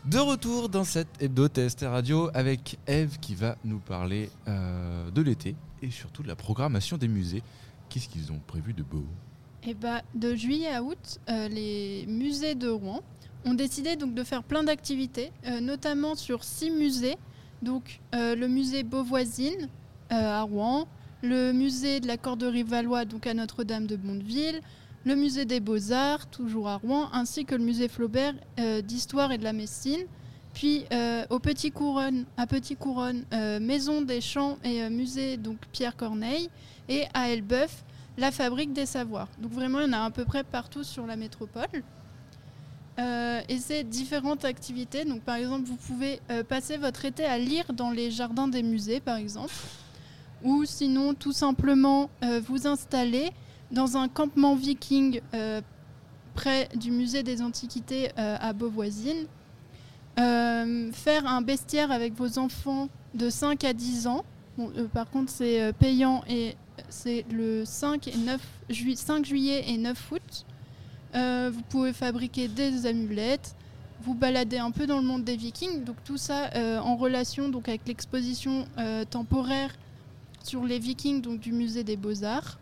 De retour dans cette hebdo TST Radio avec Eve qui va nous parler de l'été et surtout de la programmation des musées. Qu'est-ce qu'ils ont prévu de beau ? De juillet à août, les musées de Rouen ont décidé donc de faire plein d'activités, notamment sur 6 musées. Donc le musée Beauvoisine à Rouen, le musée de la Corderie Valois donc à Notre-Dame de Bondeville, le musée des Beaux-Arts, toujours à Rouen, ainsi que le musée Flaubert d'Histoire et de la Messine. Puis à Petit Couronne, Maison des Champs et musée donc Pierre Corneille. Et à Elbeuf, la Fabrique des Savoirs. Donc vraiment, il y en a à peu près partout sur la métropole. Et c'est différentes activités. Donc par exemple, vous pouvez passer votre été à lire dans les jardins des musées, par exemple. Ou sinon, tout simplement, vous installer dans un campement viking près du musée des Antiquités à Beauvoisine. Faire un bestiaire avec vos enfants de 5 à 10 ans. Bon, par contre, c'est payant et c'est le 5 juillet et 9 août. Vous pouvez fabriquer des amulettes, vous balader un peu dans le monde des Vikings. Donc tout ça en relation donc, avec l'exposition temporaire sur les Vikings donc, du musée des Beaux-Arts.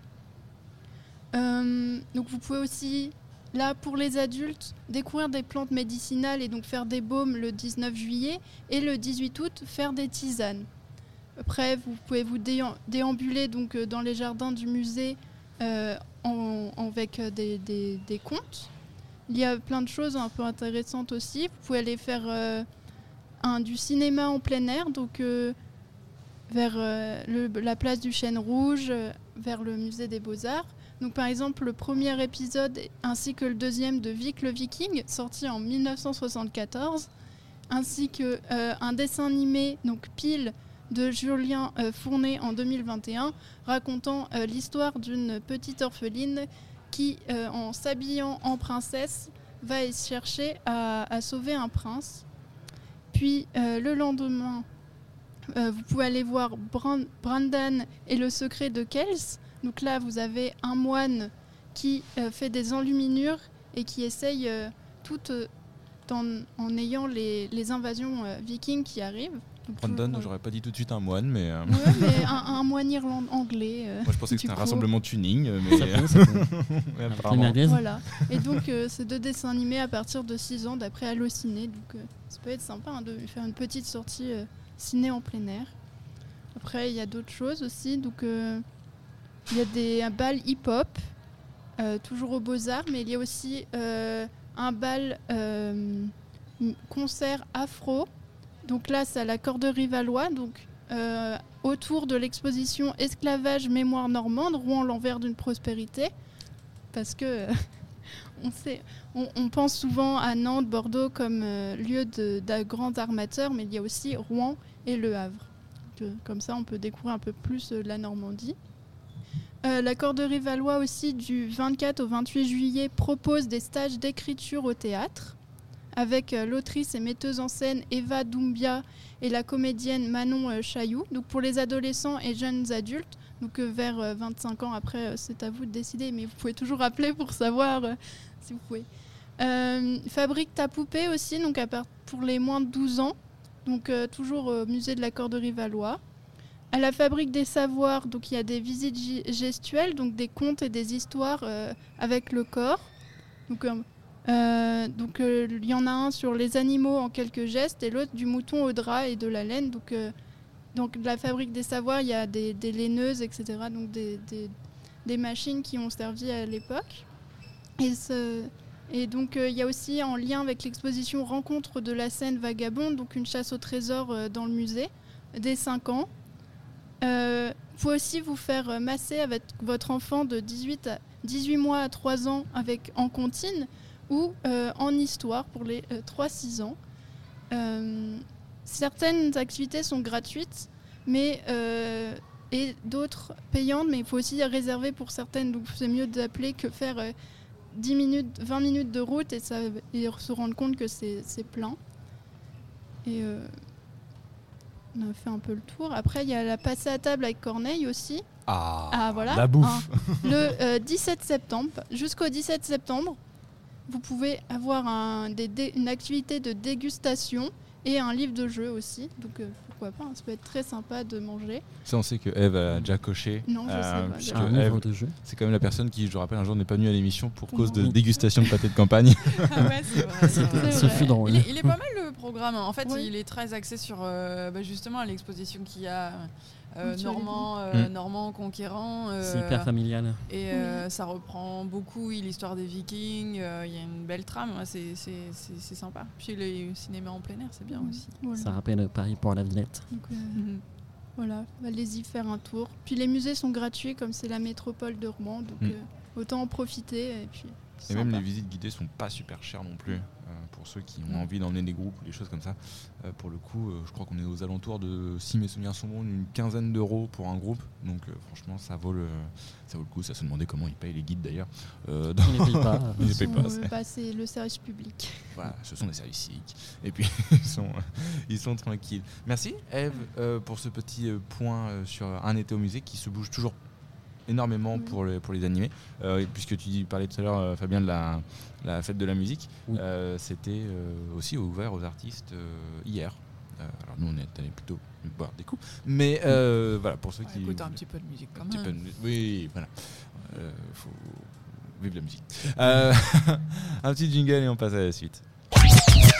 Donc vous pouvez aussi, là pour les adultes, découvrir des plantes médicinales et donc faire des baumes le 19 juillet et le 18 août faire des tisanes. Après, vous pouvez vous déambuler donc, dans les jardins du musée avec des contes. Il y a plein de choses un peu intéressantes aussi. Vous pouvez aller faire du cinéma en plein air, donc vers la place du Chêne Rouge, vers le musée des Beaux-Arts. Donc, par exemple, le premier épisode ainsi que le deuxième de Vic le Viking, sorti en 1974, ainsi qu'un dessin animé, donc Pile, de Julien Fournet en 2021, racontant l'histoire d'une petite orpheline qui, en s'habillant en princesse, va chercher à sauver un prince. Puis le lendemain, vous pouvez aller voir Brandan et le secret de Kells. Donc là, vous avez un moine qui fait des enluminures et qui essaye tout en ayant les invasions vikings qui arrivent. Brandon, j'aurais pas dit tout de suite un moine, mais... Ouais, mais un moine anglais. Moi, je pensais que c'était un rassemblement tuning, mais... Ça ouais, apparemment. Voilà. Et donc, c'est 2 dessins animés à partir de 6 ans, d'après Allociné. Donc, ça peut être sympa de faire une petite sortie ciné en plein air. Après, il y a d'autres choses aussi. Donc, il y a un bal hip-hop, toujours aux Beaux-Arts, mais il y a aussi un bal concert afro. Donc là, c'est à la Corderie Valois, donc autour de l'exposition Esclavage, mémoire normande, Rouen l'envers d'une prospérité. Parce que on pense souvent à Nantes, Bordeaux comme lieu de grands armateurs, mais il y a aussi Rouen et Le Havre. Donc, comme ça, on peut découvrir un peu plus la Normandie. La Corderie Valois aussi, du 24 au 28 juillet, propose des stages d'écriture au théâtre, avec l'autrice et metteuse en scène Eva Doumbia et la comédienne Manon Chailloux. Donc pour les adolescents et jeunes adultes, donc vers 25 ans, après c'est à vous de décider, mais vous pouvez toujours appeler pour savoir si vous pouvez. Fabrique ta poupée aussi, donc pour les moins de 12 ans, donc toujours au musée de la Corderie Valois. À la Fabrique des Savoirs, donc il y a des visites gestuelles, donc des contes et des histoires avec le corps. Donc il y en a un sur les animaux en quelques gestes et l'autre du mouton au drap et de la laine. Donc la Fabrique des Savoirs, il y a des laineuses, etc. Donc des machines qui ont servi à l'époque. Et donc il y a aussi en lien avec l'exposition Rencontre de la Seine vagabonde, donc une chasse au trésor dans le musée, dès 5 ans. Vous pouvez aussi vous faire masser avec votre enfant de 18 mois à 3 ans en comptine ou en histoire pour les 3-6 ans. Certaines activités sont gratuites et d'autres payantes, mais il faut aussi réserver pour certaines. Donc c'est mieux d'appeler que faire 10 minutes, 20 minutes de route et se rendre compte que c'est plein. Et on a fait un peu le tour. Après, il y a la passée à table avec Corneille aussi. Ah, voilà. la bouffe. Le 17 septembre, jusqu'au 17 septembre. vous pouvez avoir une activité de dégustation et un livre de jeu aussi. Donc pourquoi pas, ça peut être très sympa de manger. Ça, on sait que Eve a déjà coché. Non, je sais pas. Puisque Un livre de jeu. c'est quand même la personne qui, je rappelle, un jour n'est pas venue à l'émission pour cause de Oui. dégustation de pâté de campagne. Ah ouais, c'est vrai. Ce fut drôle. Il est pas mal le programme. En fait, Oui. il est très axé sur justement l'exposition qu'il y a Tu Normand conquérant. C'est hyper familial. Et Oui. ça reprend beaucoup l'histoire des Vikings. Il y a une belle trame. Ouais, c'est sympa. Puis le cinéma en plein air, c'est bien aussi. Voilà. Ça rappelle Paris pour la Villette. Donc, voilà, allez-y faire un tour. Puis les musées sont gratuits comme c'est la métropole de Rouen, donc autant en profiter. Et puis, Et même sympa. les visites guidées sont pas super chères non plus. Pour ceux qui ont envie d'emmener des groupes ou des choses comme ça. Pour le coup, je crois qu'on est aux alentours de, si mes souvenirs sont bons, une quinzaine d'euros pour un groupe. Donc franchement, ça vaut le coup. Ça se demandait comment ils payent les guides d'ailleurs. Ils ne payent pas. Ils ne payent pas. C'est le service public. Voilà, ce sont des services civiques. Et puis, ils sont tranquilles. Merci, Eve, pour ce petit point sur un été au musée qui se bouge toujours énormément pour les animés. Puisque tu parlais tout à l'heure, Fabien, de la fête de la musique. Oui. C'était aussi ouvert aux artistes hier. Alors nous, on est allés plutôt boire des coups. Mais voilà, pour ceux qui... Écoute un petit peu de musique quand un petit même. peu oui, voilà. Faut vivre la musique. Un petit jingle et on passe à la suite.